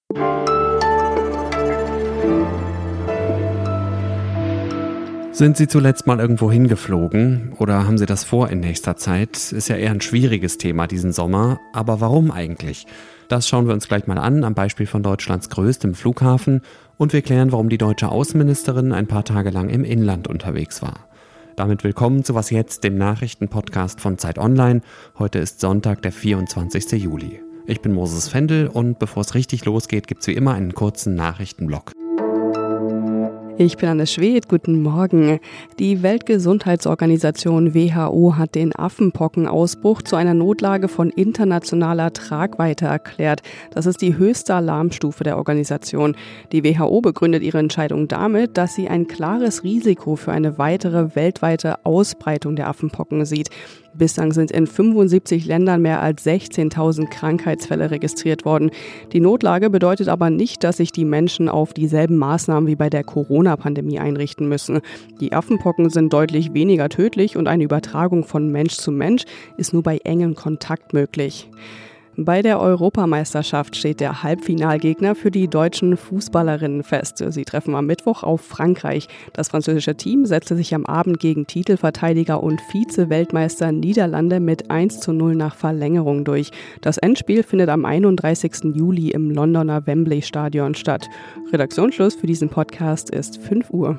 Sind Sie zuletzt mal irgendwo hingeflogen oder haben Sie das vor in nächster Zeit? Ist ja eher ein schwieriges Thema diesen Sommer, aber warum eigentlich? Das schauen wir uns gleich mal an am Beispiel von Deutschlands größtem Flughafen und wir klären, warum die deutsche Außenministerin ein paar Tage lang im Inland unterwegs war. Damit willkommen zu Was jetzt, dem Nachrichtenpodcast von Zeit Online. Heute ist Sonntag, der 24. Juli. Ich bin Moses Fendel und bevor es richtig losgeht, gibt es wie immer einen kurzen Nachrichtenblock. Ich bin Anne Schwedt, guten Morgen. Die Weltgesundheitsorganisation WHO hat den Affenpockenausbruch zu einer Notlage von internationaler Tragweite erklärt. Das ist die höchste Alarmstufe der Organisation. Die WHO begründet ihre Entscheidung damit, dass sie ein klares Risiko für eine weitere weltweite Ausbreitung der Affenpocken sieht. Bislang sind in 75 Ländern mehr als 16.000 Krankheitsfälle registriert worden. Die Notlage bedeutet aber nicht, dass sich die Menschen auf dieselben Maßnahmen wie bei der Corona-Pandemie einrichten müssen. Die Affenpocken sind deutlich weniger tödlich und eine Übertragung von Mensch zu Mensch ist nur bei engem Kontakt möglich. Bei der Europameisterschaft steht der Halbfinalgegner für die deutschen Fußballerinnen fest. Sie treffen am Mittwoch auf Frankreich. Das französische Team setzte sich am Abend gegen Titelverteidiger und Vize-Weltmeister Niederlande mit 1:0 nach Verlängerung durch. Das Endspiel findet am 31. Juli im Londoner Wembley-Stadion statt. Redaktionsschluss für diesen Podcast ist 5 Uhr.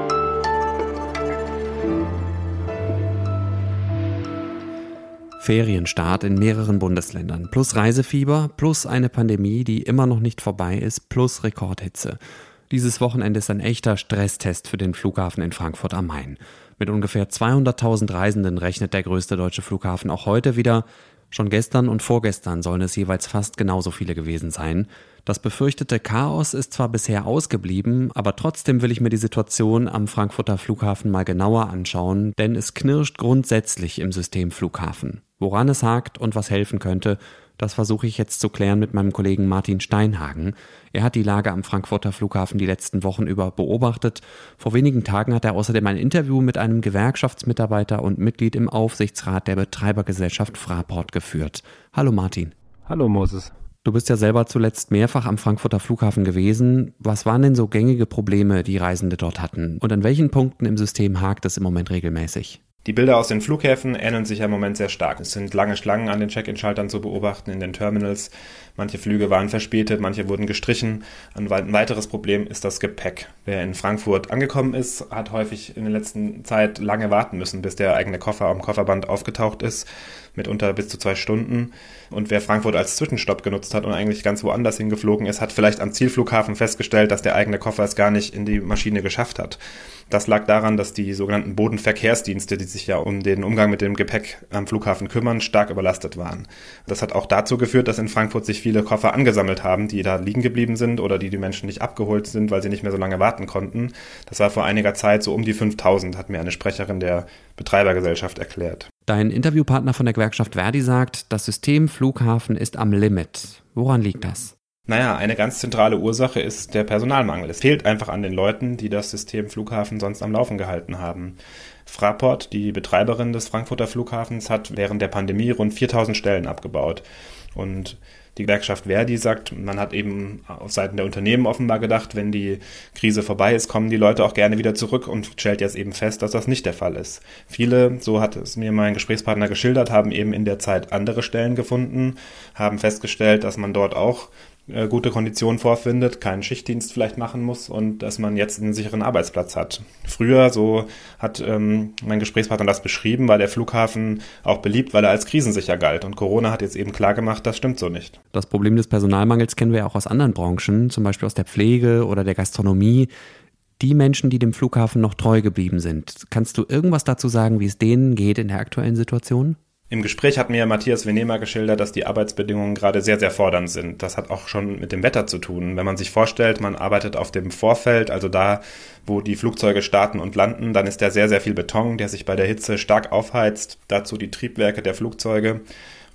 Ferienstart in mehreren Bundesländern, plus Reisefieber, plus eine Pandemie, die immer noch nicht vorbei ist, plus Rekordhitze. Dieses Wochenende ist ein echter Stresstest für den Flughafen in Frankfurt am Main. Mit ungefähr 200.000 Reisenden rechnet der größte deutsche Flughafen auch heute wieder. Schon gestern und vorgestern sollen es jeweils fast genauso viele gewesen sein. Das befürchtete Chaos ist zwar bisher ausgeblieben, aber trotzdem will ich mir die Situation am Frankfurter Flughafen mal genauer anschauen, denn es knirscht grundsätzlich im System Flughafen. Woran es hakt und was helfen könnte, das versuche ich jetzt zu klären mit meinem Kollegen Martin Steinhagen. Er hat die Lage am Frankfurter Flughafen die letzten Wochen über beobachtet. Vor wenigen Tagen hat er außerdem ein Interview mit einem Gewerkschaftsmitarbeiter und Mitglied im Aufsichtsrat der Betreibergesellschaft Fraport geführt. Hallo Martin. Hallo Moses. Du bist ja selber zuletzt mehrfach am Frankfurter Flughafen gewesen. Was waren denn so gängige Probleme, die Reisende dort hatten? Und an welchen Punkten im System hakt es im Moment regelmäßig? Die Bilder aus den Flughäfen ähneln sich ja im Moment sehr stark. Es sind lange Schlangen an den Check-in-Schaltern zu beobachten in den Terminals. Manche Flüge waren verspätet, manche wurden gestrichen. Ein weiteres Problem ist das Gepäck. Wer in Frankfurt angekommen ist, hat häufig in der letzten Zeit lange warten müssen, bis der eigene Koffer am Kofferband aufgetaucht ist, mitunter bis zu 2 Stunden. Und wer Frankfurt als Zwischenstopp genutzt hat und eigentlich ganz woanders hingeflogen ist, hat vielleicht am Zielflughafen festgestellt, dass der eigene Koffer es gar nicht in die Maschine geschafft hat. Das lag daran, dass die sogenannten Bodenverkehrsdienste, die sich ja um den Umgang mit dem Gepäck am Flughafen kümmern, stark überlastet waren. Das hat auch dazu geführt, dass in Frankfurt sich viele Koffer angesammelt haben, die da liegen geblieben sind oder die Menschen nicht abgeholt sind, weil sie nicht mehr so lange warten konnten. Das war vor einiger Zeit so um die 5.000, hat mir eine Sprecherin der Betreibergesellschaft erklärt. Dein Interviewpartner von der Gewerkschaft Verdi sagt, das System Flughafen ist am Limit. Woran liegt das? Naja, eine ganz zentrale Ursache ist der Personalmangel. Es fehlt einfach an den Leuten, die das System Flughafen sonst am Laufen gehalten haben. Fraport, die Betreiberin des Frankfurter Flughafens, hat während der Pandemie rund 4.000 Stellen abgebaut. Und die Gewerkschaft Verdi sagt, man hat eben auf Seiten der Unternehmen offenbar gedacht, wenn die Krise vorbei ist, kommen die Leute auch gerne wieder zurück und stellt jetzt eben fest, dass das nicht der Fall ist. Viele, so hat es mir mein Gesprächspartner geschildert, haben eben in der Zeit andere Stellen gefunden, haben festgestellt, dass man dort auch gute Konditionen vorfindet, keinen Schichtdienst vielleicht machen muss und dass man jetzt einen sicheren Arbeitsplatz hat. Früher, so hat mein Gesprächspartner das beschrieben, war der Flughafen auch beliebt, weil er als krisensicher galt. Und Corona hat jetzt eben klar gemacht, das stimmt so nicht. Das Problem des Personalmangels kennen wir ja auch aus anderen Branchen, zum Beispiel aus der Pflege oder der Gastronomie. Die Menschen, die dem Flughafen noch treu geblieben sind, kannst du irgendwas dazu sagen, wie es denen geht in der aktuellen Situation? Im Gespräch hat mir Matthias Venema geschildert, dass die Arbeitsbedingungen gerade sehr, sehr fordernd sind. Das hat auch schon mit dem Wetter zu tun. Wenn man sich vorstellt, man arbeitet auf dem Vorfeld, also da, wo die Flugzeuge starten und landen, dann ist da sehr, sehr viel Beton, der sich bei der Hitze stark aufheizt. Dazu die Triebwerke der Flugzeuge.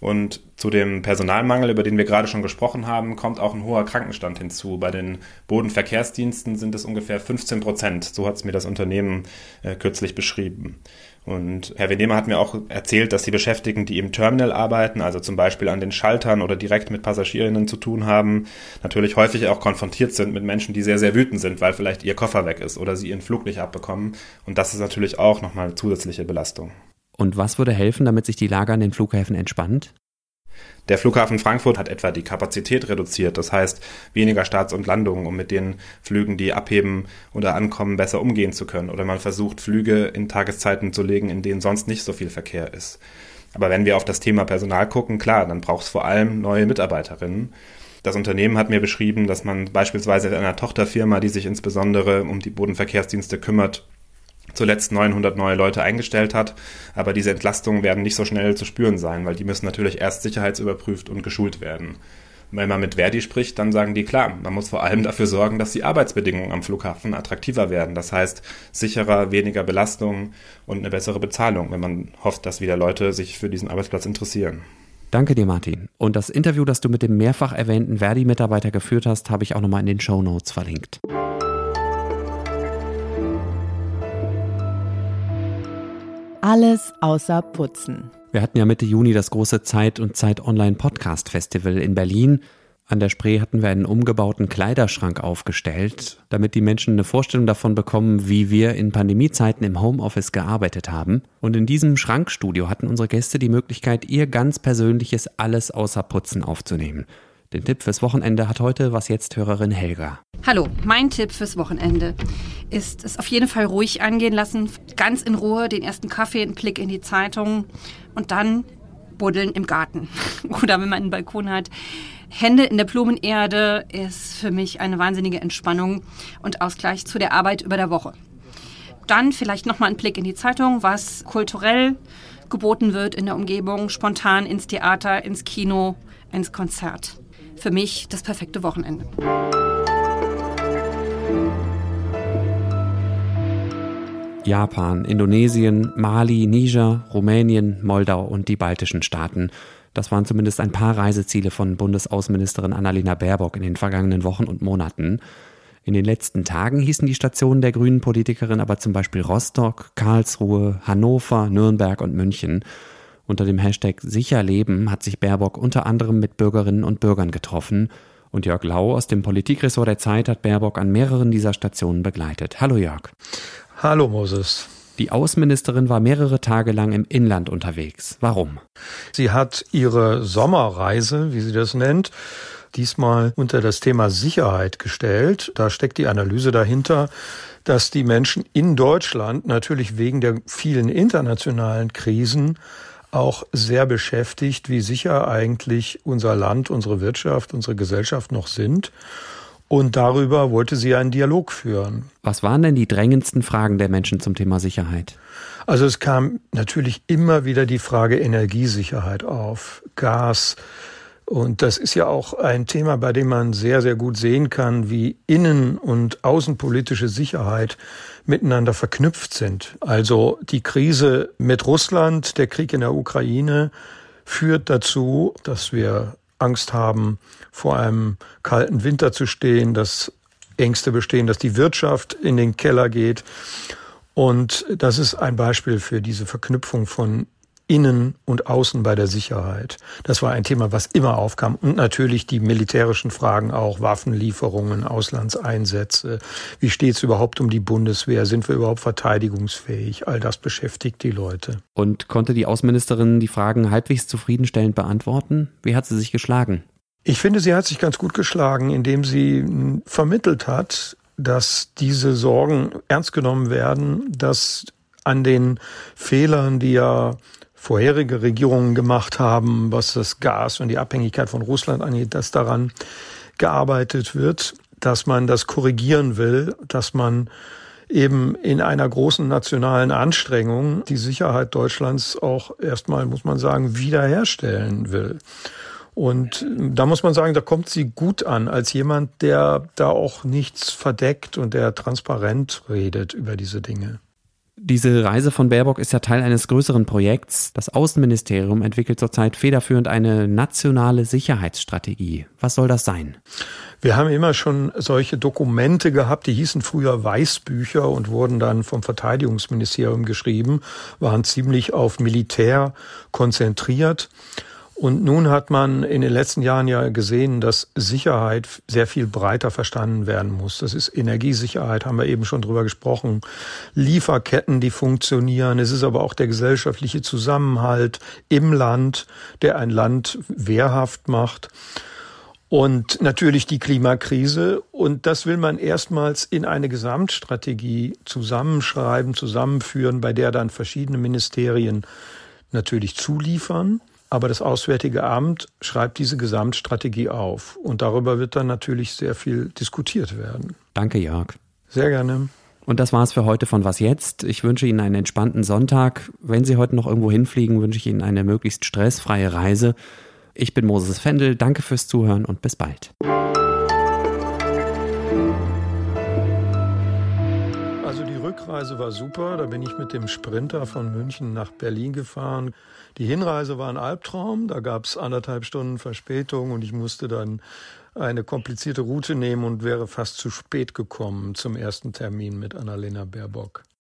Und zu dem Personalmangel, über den wir gerade schon gesprochen haben, kommt auch ein hoher Krankenstand hinzu. Bei den Bodenverkehrsdiensten sind es ungefähr 15%. So hat es mir das Unternehmen kürzlich beschrieben. Und Herr Venema hat mir auch erzählt, dass die Beschäftigten, die im Terminal arbeiten, also zum Beispiel an den Schaltern oder direkt mit Passagierinnen zu tun haben, natürlich häufig auch konfrontiert sind mit Menschen, die sehr, sehr wütend sind, weil vielleicht ihr Koffer weg ist oder sie ihren Flug nicht abbekommen. Und das ist natürlich auch nochmal eine zusätzliche Belastung. Und was würde helfen, damit sich die Lage an den Flughäfen entspannt? Der Flughafen Frankfurt hat etwa die Kapazität reduziert, das heißt weniger Starts und Landungen, um mit den Flügen, die abheben oder ankommen, besser umgehen zu können. Oder man versucht, Flüge in Tageszeiten zu legen, in denen sonst nicht so viel Verkehr ist. Aber wenn wir auf das Thema Personal gucken, klar, dann braucht es vor allem neue Mitarbeiterinnen. Das Unternehmen hat mir beschrieben, dass man beispielsweise in einer Tochterfirma, die sich insbesondere um die Bodenverkehrsdienste kümmert, zuletzt 900 neue Leute eingestellt hat, aber diese Entlastungen werden nicht so schnell zu spüren sein, weil die müssen natürlich erst sicherheitsüberprüft und geschult werden. Und wenn man mit Verdi spricht, dann sagen die, klar, man muss vor allem dafür sorgen, dass die Arbeitsbedingungen am Flughafen attraktiver werden. Das heißt, sicherer, weniger Belastung und eine bessere Bezahlung, wenn man hofft, dass wieder Leute sich für diesen Arbeitsplatz interessieren. Danke dir, Martin. Und das Interview, das du mit dem mehrfach erwähnten Verdi-Mitarbeiter geführt hast, habe ich auch nochmal in den Shownotes verlinkt. Alles außer Putzen. Wir hatten ja Mitte Juni das große Zeit und Zeit Online Podcast Festival in Berlin. An der Spree hatten wir einen umgebauten Kleiderschrank aufgestellt, damit die Menschen eine Vorstellung davon bekommen, wie wir in Pandemiezeiten im Homeoffice gearbeitet haben. Und in diesem Schrankstudio hatten unsere Gäste die Möglichkeit, ihr ganz persönliches Alles außer Putzen aufzunehmen. Den Tipp fürs Wochenende hat heute Was-Jetzt-Hörerin Helga. Hallo, mein Tipp fürs Wochenende ist es auf jeden Fall ruhig angehen lassen, ganz in Ruhe den ersten Kaffee, einen Blick in die Zeitung und dann buddeln im Garten oder wenn man einen Balkon hat. Hände in der Blumenerde ist für mich eine wahnsinnige Entspannung und Ausgleich zu der Arbeit über der Woche. Dann vielleicht nochmal einen Blick in die Zeitung, was kulturell geboten wird in der Umgebung, spontan ins Theater, ins Kino, ins Konzert. Für mich das perfekte Wochenende. Japan, Indonesien, Mali, Niger, Rumänien, Moldau und die baltischen Staaten. Das waren zumindest ein paar Reiseziele von Bundesaußenministerin Annalena Baerbock in den vergangenen Wochen und Monaten. In den letzten Tagen hießen die Stationen der grünen Politikerin aber zum Beispiel Rostock, Karlsruhe, Hannover, Nürnberg und München. Unter dem Hashtag Sicherleben hat sich Baerbock unter anderem mit Bürgerinnen und Bürgern getroffen. Und Jörg Lau aus dem Politikressort der Zeit hat Baerbock an mehreren dieser Stationen begleitet. Hallo Jörg. Hallo Moses. Die Außenministerin war mehrere Tage lang im Inland unterwegs. Warum? Sie hat ihre Sommerreise, wie sie das nennt, diesmal unter das Thema Sicherheit gestellt. Da steckt die Analyse dahinter, dass die Menschen in Deutschland natürlich wegen der vielen internationalen Krisen auch sehr beschäftigt, wie sicher eigentlich unser Land, unsere Wirtschaft, unsere Gesellschaft noch sind. Und darüber wollte sie einen Dialog führen. Was waren denn die drängendsten Fragen der Menschen zum Thema Sicherheit? Also es kam natürlich immer wieder die Frage Energiesicherheit auf, Gas. Und das ist ja auch ein Thema, bei dem man sehr, sehr gut sehen kann, wie innen- und außenpolitische Sicherheit miteinander verknüpft sind. Also die Krise mit Russland, der Krieg in der Ukraine, führt dazu, dass wir Angst haben, vor einem kalten Winter zu stehen, dass Ängste bestehen, dass die Wirtschaft in den Keller geht. Und das ist ein Beispiel für diese Verknüpfung von Innen und Außen bei der Sicherheit. Das war ein Thema, was immer aufkam. Und natürlich die militärischen Fragen auch, Waffenlieferungen, Auslandseinsätze. Wie steht es überhaupt um die Bundeswehr? Sind wir überhaupt verteidigungsfähig? All das beschäftigt die Leute. Und konnte die Außenministerin die Fragen halbwegs zufriedenstellend beantworten? Wie hat sie sich geschlagen? Ich finde, sie hat sich ganz gut geschlagen, indem sie vermittelt hat, dass diese Sorgen ernst genommen werden, dass an den Fehlern, die ja vorherige Regierungen gemacht haben, was das Gas und die Abhängigkeit von Russland angeht, dass daran gearbeitet wird, dass man das korrigieren will, dass man eben in einer großen nationalen Anstrengung die Sicherheit Deutschlands auch erstmal, muss man sagen, wiederherstellen will. Und da muss man sagen, da kommt sie gut an, als jemand, der da auch nichts verdeckt und der transparent redet über diese Dinge. Diese Reise von Baerbock ist ja Teil eines größeren Projekts. Das Außenministerium entwickelt zurzeit federführend eine nationale Sicherheitsstrategie. Was soll das sein? Wir haben immer schon solche Dokumente gehabt, die hießen früher Weißbücher und wurden dann vom Verteidigungsministerium geschrieben, waren ziemlich auf Militär konzentriert. Und nun hat man in den letzten Jahren ja gesehen, dass Sicherheit sehr viel breiter verstanden werden muss. Das ist Energiesicherheit, haben wir eben schon drüber gesprochen. Lieferketten, die funktionieren. Es ist aber auch der gesellschaftliche Zusammenhalt im Land, der ein Land wehrhaft macht. Und natürlich die Klimakrise. Und das will man erstmals in eine Gesamtstrategie zusammenschreiben, zusammenführen, bei der dann verschiedene Ministerien natürlich zuliefern. Aber das Auswärtige Amt schreibt diese Gesamtstrategie auf. Und darüber wird dann natürlich sehr viel diskutiert werden. Danke, Jörg. Sehr gerne. Und das war's für heute von Was Jetzt? Ich wünsche Ihnen einen entspannten Sonntag. Wenn Sie heute noch irgendwo hinfliegen, wünsche ich Ihnen eine möglichst stressfreie Reise. Ich bin Moses Fendel. Danke fürs Zuhören und bis bald. Also die Rückreise war super. Da bin ich mit dem Sprinter von München nach Berlin gefahren. Die Hinreise war ein Albtraum. Da gab es 1,5 Stunden Verspätung und ich musste dann eine komplizierte Route nehmen und wäre fast zu spät gekommen zum ersten Termin mit Annalena Baerbock.